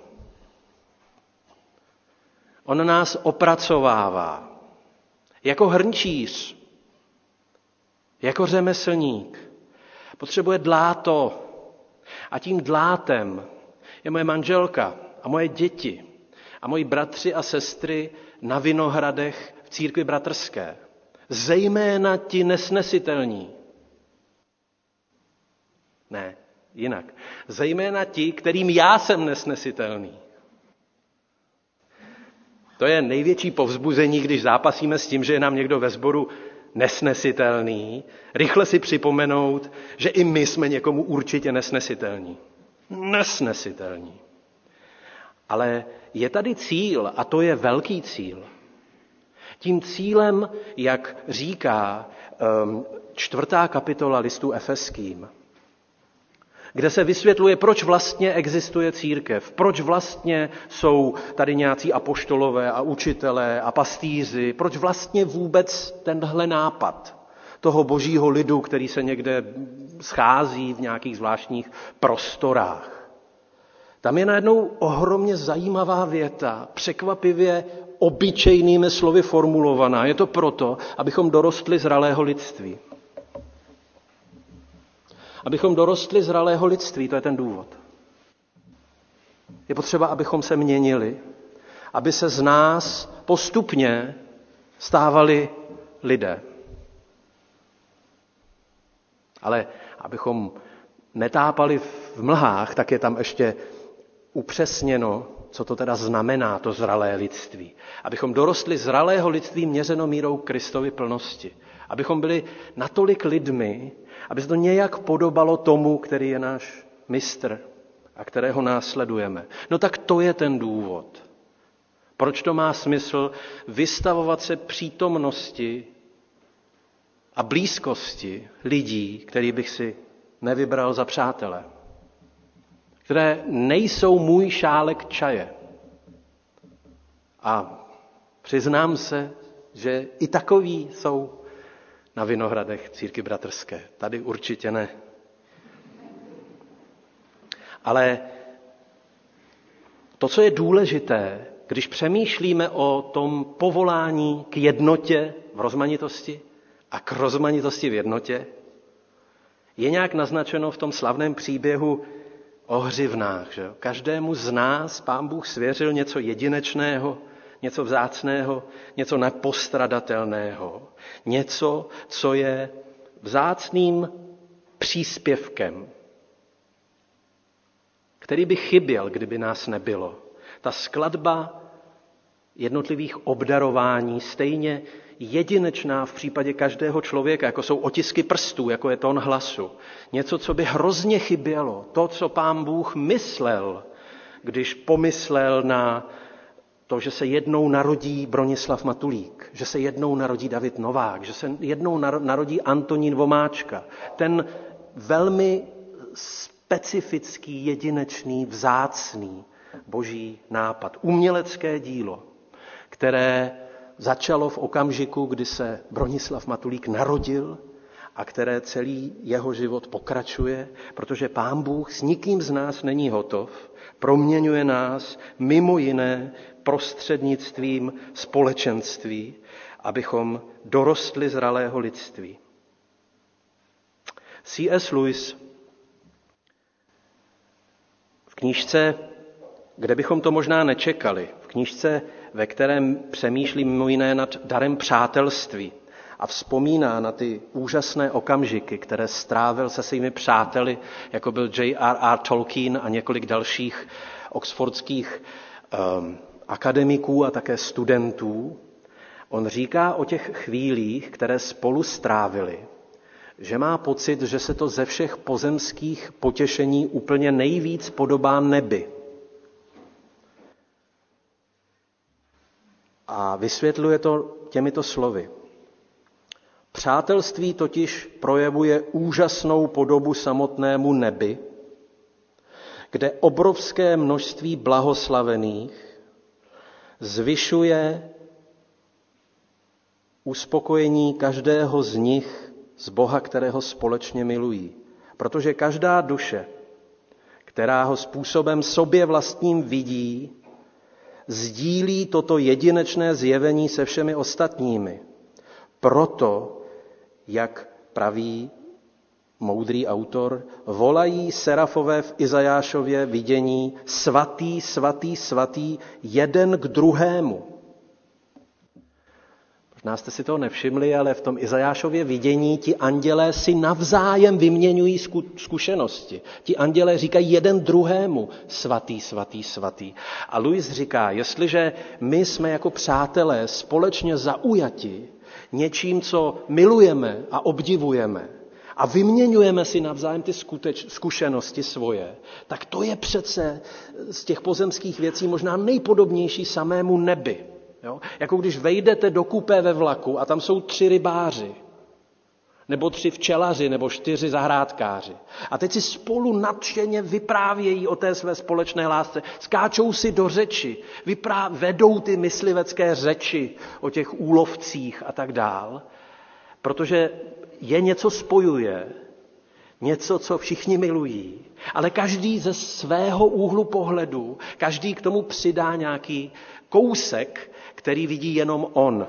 On nás opracovává jako hrnčíř, jako řemeslník. Potřebuje dláto a tím dlátem je moje manželka a moje děti a moji bratři a sestry na Vinohradech v církvi bratrské. Zejména ti nesnesitelní. Ne, jinak. Zejména ti, kterým já jsem nesnesitelný. To je největší povzbuzení, když zápasíme s tím, že je nám někdo ve sboru nesnesitelný. Rychle si připomenout, že i my jsme někomu určitě nesnesitelní. Nesnesitelní. Ale je tady cíl, a to je velký cíl. Tím cílem, jak říká 4. kapitola listu Efeským, kde se vysvětluje, proč vlastně existuje církev, proč vlastně jsou tady nějací apoštolové a učitelé a pastýři, proč vlastně vůbec tenhle nápad toho božího lidu, který se někde schází v nějakých zvláštních prostorách. Tam je najednou ohromně zajímavá věta, překvapivě obyčejnými slovy formulovaná. Je to proto, abychom dorostli zralého lidství. Abychom dorostli zralého lidství, to je ten důvod. Je potřeba, abychom se měnili, aby se z nás postupně stávali lidé. Ale abychom netápali v mlhách, tak je tam ještě upřesněno, co to teda znamená, to zralé lidství. Abychom dorostli zralého lidství měřeno mírou Kristovy plnosti. Abychom byli natolik lidmi, aby se to nějak podobalo tomu, který je náš mistr a kterého následujeme. No tak to je ten důvod. Proč to má smysl vystavovat se přítomnosti a blízkosti lidí, který bych si nevybral za přátele, které nejsou můj šálek čaje. A přiznám se, že i takoví jsou na Vinohradech církvi bratrské. Tady určitě ne. Ale to, co je důležité, když přemýšlíme o tom povolání k jednotě v rozmanitosti a k rozmanitosti v jednotě, je nějak naznačeno v tom slavném příběhu o hřivnách. Že? Každému z nás Pán Bůh svěřil něco jedinečného, něco vzácného, něco nepostradatelného. Něco, co je vzácným příspěvkem, který by chyběl, kdyby nás nebylo. Ta skladba jednotlivých obdarování, stejně jedinečná v případě každého člověka, jako jsou otisky prstů, jako je tón hlasu. Něco, co by hrozně chybělo. To, co Pán Bůh myslel, když pomyslel na to, že se jednou narodí Bronislav Matulík, že se jednou narodí David Novák, že se jednou narodí Antonín Vomáčka. Ten velmi specifický, jedinečný, vzácný boží nápad. Umělecké dílo, které začalo v okamžiku, kdy se Bronislav Matulík narodil a které celý jeho život pokračuje, protože Pán Bůh s nikým z nás není hotov, proměňuje nás mimo jiné prostřednictvím společenství, abychom dorostli zralého lidství. C.S. Lewis v knížce, kde bychom to možná nečekali, v knížce, ve kterém přemýšlí mimo jiné nad darem přátelství a vzpomíná na ty úžasné okamžiky, které strávil se svými přáteli, jako byl J.R.R. Tolkien a několik dalších oxfordských akademiků a také studentů. On říká o těch chvílích, které spolu strávili, že má pocit, že se to ze všech pozemských potěšení úplně nejvíc podobá nebi. A vysvětluje to těmito slovy. Přátelství totiž projevuje úžasnou podobu samotnému nebi, kde obrovské množství blahoslavených zvyšuje uspokojení každého z nich z Boha, kterého společně milují. Protože každá duše, která ho způsobem sobě vlastním vidí, sdílí toto jedinečné zjevení se všemi ostatními. Proto, jak praví moudrý autor, volají serafové v Izajášově vidění svatý, svatý, svatý, jeden k druhému. Možná jste si toho nevšimli, ale v tom Izajášově vidění ti andělé si navzájem vyměňují zkušenosti. Ti andělé říkají jeden druhému svatý, svatý, svatý. A Louis říká, jestliže my jsme jako přátelé společně zaujati něčím, co milujeme a obdivujeme a vyměňujeme si navzájem ty zkušenosti svoje, tak to je přece z těch pozemských věcí možná nejpodobnější samému nebi. Jo? Jako když vejdete do kupé ve vlaku a tam jsou 3 rybáři, nebo 3 včelaři, nebo 4 zahrádkáři. A teď si spolu nadšeně vyprávějí o té své společné lásce, skáčou si do řeči, vedou ty myslivecké řeči o těch úlovcích a tak dál, protože je něco spojuje, něco, co všichni milují, ale každý ze svého úhlu pohledu, každý k tomu přidá nějaký kousek, který vidí jenom on.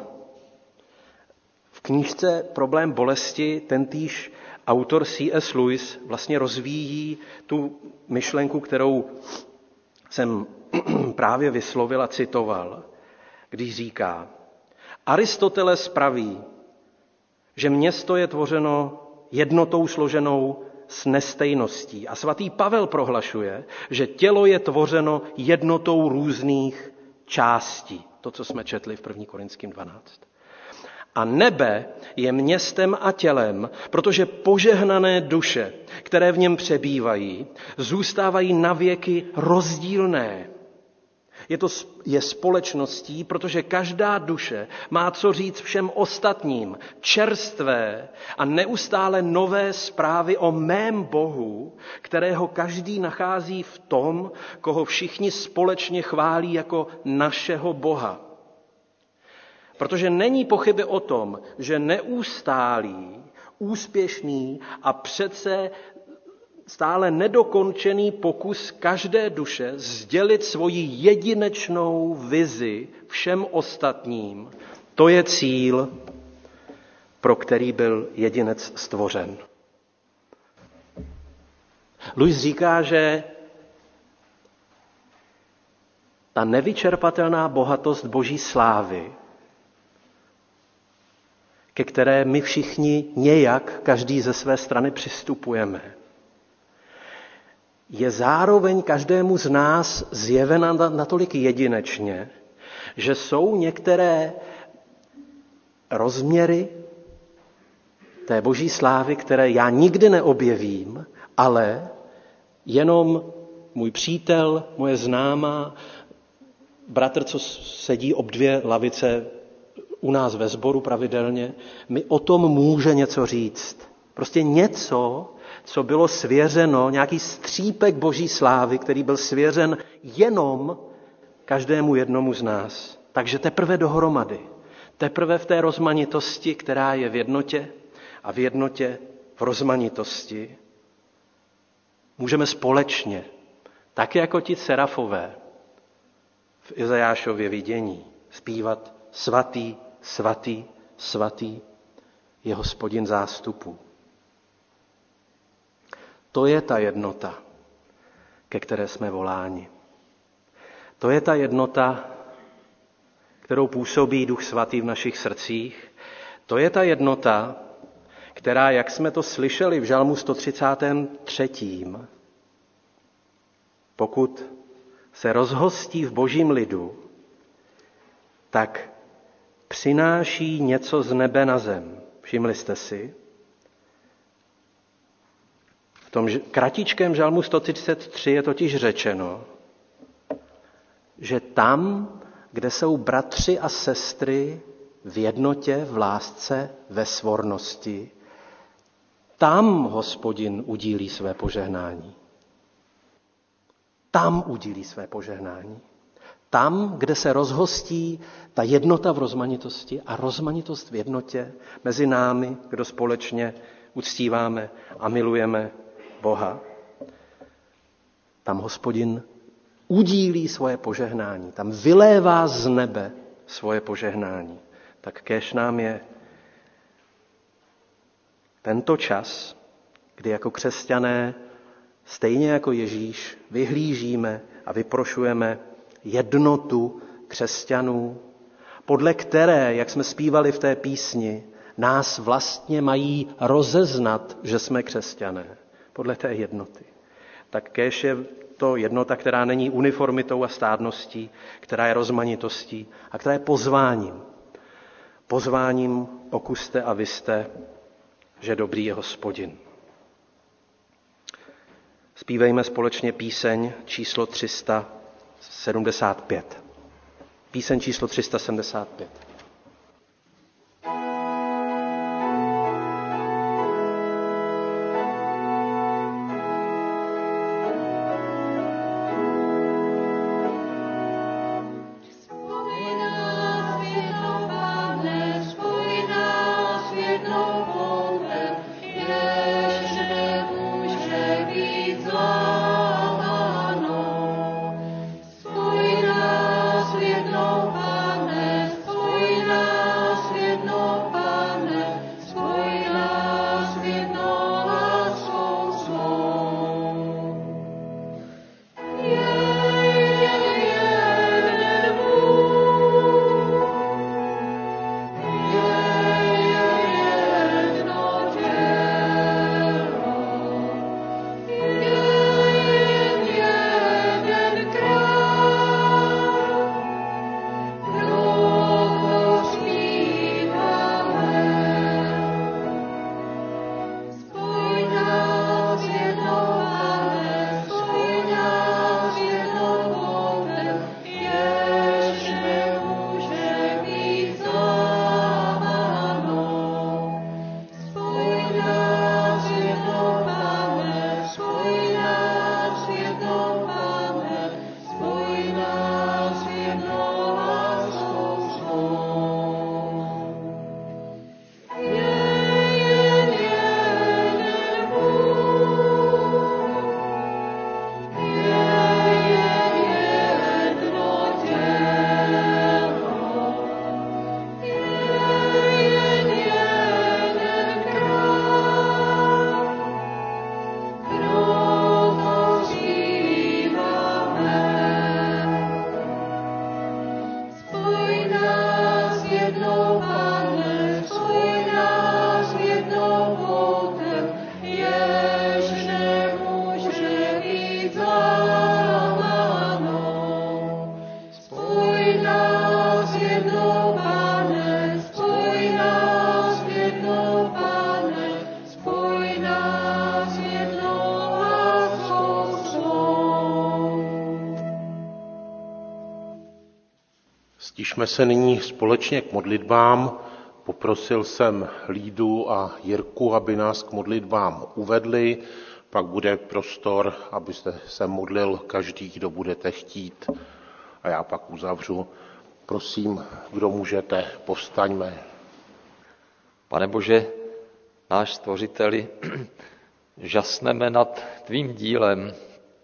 V knížce Problém bolesti tentýž autor C.S. Lewis vlastně rozvíjí tu myšlenku, kterou jsem právě vyslovil a citoval, když říká: Aristoteles praví, že město je tvořeno jednotou složenou s nestejností. A svatý Pavel prohlašuje, že tělo je tvořeno jednotou různých částí. To, co jsme četli v 1. Korinským 12. A nebe je městem a tělem, protože požehnané duše, které v něm přebývají, zůstávají navěky rozdílné. Je společností, protože každá duše má co říct všem ostatním, čerstvé a neustále nové zprávy o mém Bohu, kterého každý nachází v tom, koho všichni společně chválí jako našeho Boha. Protože není pochyby o tom, že neustálý, úspěšný a přece stále nedokončený pokus každé duše sdělit svoji jedinečnou vizi všem ostatním, to je cíl, pro který byl jedinec stvořen. Louis říká, že ta nevyčerpatelná bohatost Boží slávy, ke které my všichni nějak, každý ze své strany přistupujeme, je zároveň každému z nás zjevena natolik jedinečně, že jsou některé rozměry té Boží slávy, které já nikdy neobjevím, ale jenom můj přítel, moje známá, bratr, co sedí ob 2 lavice u nás ve sboru pravidelně, mi o tom může něco říct. Prostě něco, co bylo svěřeno, nějaký střípek Boží slávy, který byl svěřen jenom každému jednomu z nás. Takže teprve dohromady, teprve v té rozmanitosti, která je v jednotě a v jednotě v rozmanitosti, můžeme společně, tak jako ti serafové v Izajášově vidění, zpívat svatý, svatý, svatý je Hospodin zástupů. To je ta jednota, ke které jsme voláni. To je ta jednota, kterou působí Duch Svatý v našich srdcích. To je ta jednota, která, jak jsme to slyšeli v Žalmu 133., pokud se rozhostí v Božím lidu, tak přináší něco z nebe na zem. Všimli jste si? V tom kratičkém Žalmu 133 je totiž řečeno, že tam, kde jsou bratři a sestry v jednotě, v lásce, ve svornosti, tam Hospodin udílí své požehnání. Tam udílí své požehnání. Tam, kde se rozhostí ta jednota v rozmanitosti a rozmanitost v jednotě mezi námi, kdo společně uctíváme a milujeme Boha. Tam Hospodin udílí svoje požehnání, tam vylévá z nebe svoje požehnání. Tak kéž nám je tento čas, kdy jako křesťané, stejně jako Ježíš, vyhlížíme a vyprošujeme jednotu křesťanů, podle které, jak jsme zpívali v té písni, nás vlastně mají rozeznat, že jsme křesťané. Podle té jednoty. Tak kéž je to jednota, která není uniformitou a stádností, která je rozmanitostí a která je pozváním. Pozváním okuste a vyste, že dobrý je Hospodin. Zpívejme společně píseň číslo 375. Píseň číslo 375. Stišme se nyní společně k modlitbám. Poprosil jsem Lídu a Jirku, aby nás k modlitbám uvedli. Pak bude prostor, abyste se modlil každý, kdo budete chtít. A já pak uzavřu. Prosím, kdo můžete, povstaňme. Pane Bože, náš Stvořiteli, žasneme nad tvým dílem.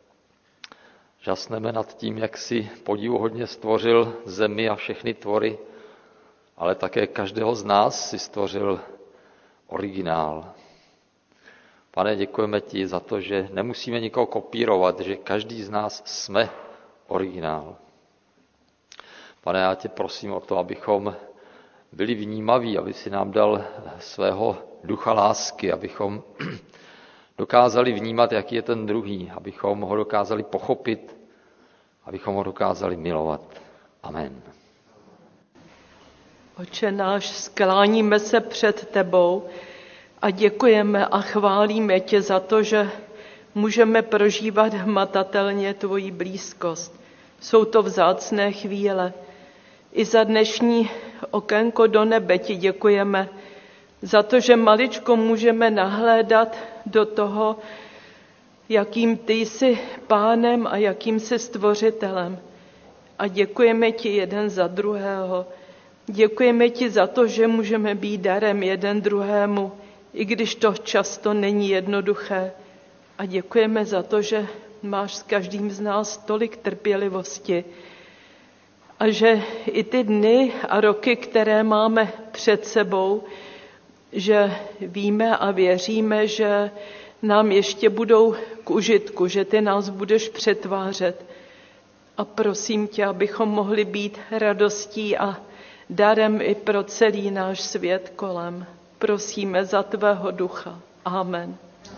Žasneme nad tím, jak jsi podivuhodně stvořil zemi a všechny tvory, ale také každého z nás si stvořil originál. Pane, děkujeme ti za to, že nemusíme nikoho kopírovat, že každý z nás jsme originál. Pane, já tě prosím o to, abychom byli vnímaví, aby si nám dal svého ducha lásky, abychom dokázali vnímat, jaký je ten druhý, abychom ho dokázali pochopit, abychom ho dokázali milovat. Amen. Otče náš, skláníme se před tebou a děkujeme a chválíme tě za to, že můžeme prožívat hmatatelně tvoji blízkost. Jsou to vzácné chvíle, I za dnešní okénko do nebe ti děkujeme, za to, že maličko můžeme nahlédat do toho, jakým ty jsi pánem a jakým jsi stvořitelem. A děkujeme ti jeden za druhého. Děkujeme ti za to, že můžeme být darem jeden druhému, i když to často není jednoduché. A děkujeme za to, že máš s každým z nás tolik trpělivosti a že i ty dny a roky, které máme před sebou, že víme a věříme, že nám ještě budou k užitku, že ty nás budeš přetvářet. A prosím tě, abychom mohli být radostí a darem i pro celý náš svět kolem. Prosíme za tvého ducha. Amen.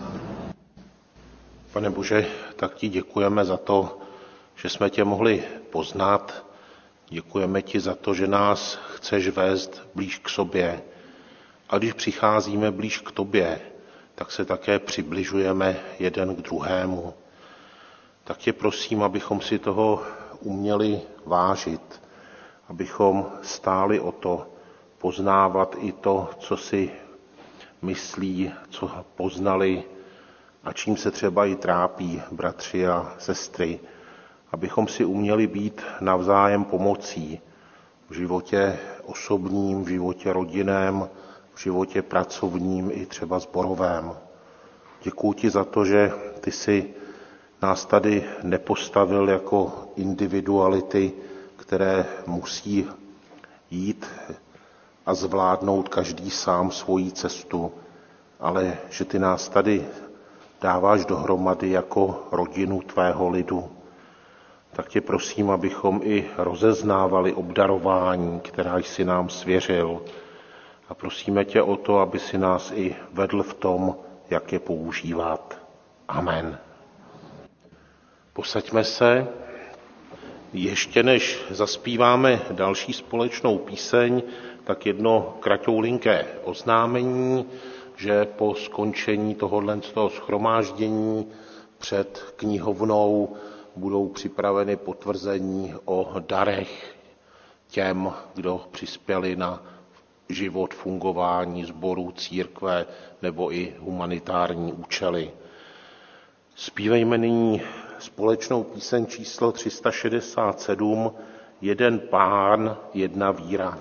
Pane Bože, tak ti děkujeme za to, že jsme tě mohli poznat. Děkujeme ti za to, že nás chceš vést blíž k sobě. A když přicházíme blíž k tobě, tak se také přibližujeme jeden k druhému. Tak tě prosím, abychom si toho uměli vážit, abychom stáli o to poznávat i to, co si myslí, co poznali a čím se třeba i trápí bratři a sestry, abychom si uměli být navzájem pomocí v životě osobním, v životě rodinném, v životě pracovním i třeba sborovém. Děkuji ti za to, že ty jsi nás tady nepostavil jako individuality, které musí jít a zvládnout každý sám svoji cestu, ale že ty nás tady dáváš dohromady jako rodinu tvého lidu. Tak tě prosím, abychom i rozeznávali obdarování, která jsi nám svěřil. A prosíme tě o to, aby si nás i vedl v tom, jak je používat. Amen. Posaďme se. Ještě než zaspíváme další společnou píseň, tak jedno kratoulinké oznámení, že po skončení tohoto shromáždění před knihovnou budou připraveny potvrzení o darech těm, kdo přispěli na život, fungování sborů, církve nebo i humanitární účely. Zpívejme nyní společnou píseň číslo 367, Jeden Pán, jedna víra.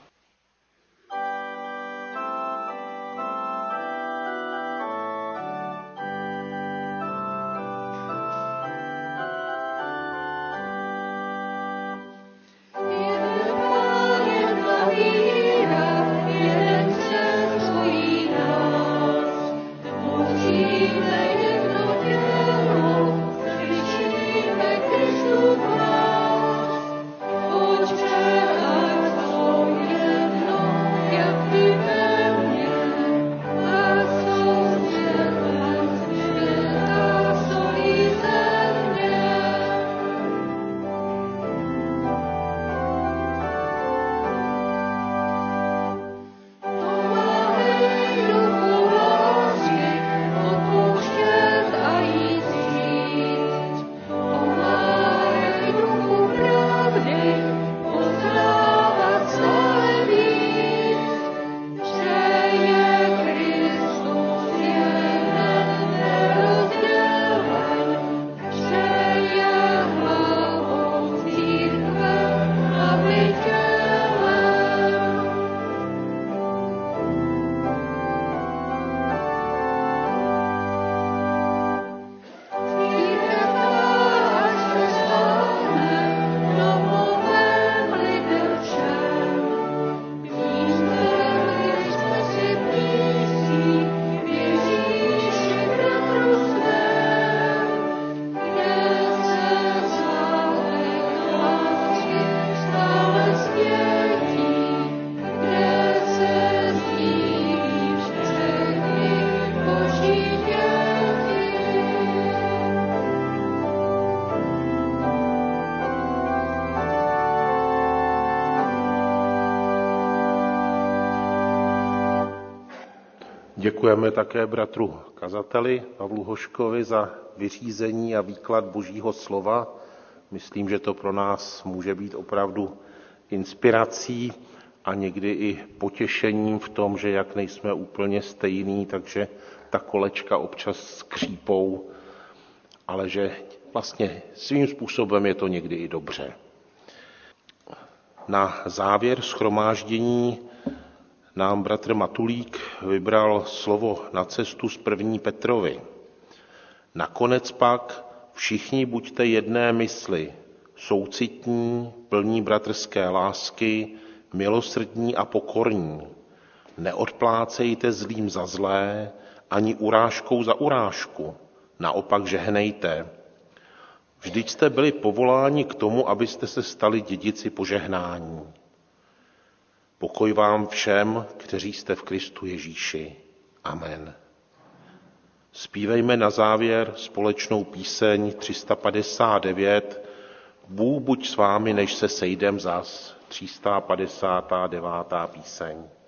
Děkujeme také bratru kazateli Pavlu Hoškovi za vyřízení a výklad Božího slova. Myslím, že to pro nás může být opravdu inspirací a někdy i potěšením v tom, že jak nejsme úplně stejný, takže ta kolečka občas skřípou, ale že vlastně svým způsobem je to někdy i dobře. Na závěr shromáždění nám bratr Matulík vybral slovo na cestu z 1. Petrovi. Nakonec pak všichni buďte jedné mysli, soucitní, plní bratrské lásky, milosrdní a pokorní. Neodplácejte zlým za zlé, ani urážkou za urážku, naopak žehnejte. Vždyť jste byli povoláni k tomu, abyste se stali dědici požehnání. Pokoj vám všem, kteří jste v Kristu Ježíši. Amen. Zpívejme na závěr společnou píseň 359. Bůh buď s vámi, než se sejdem zas. 359. píseň.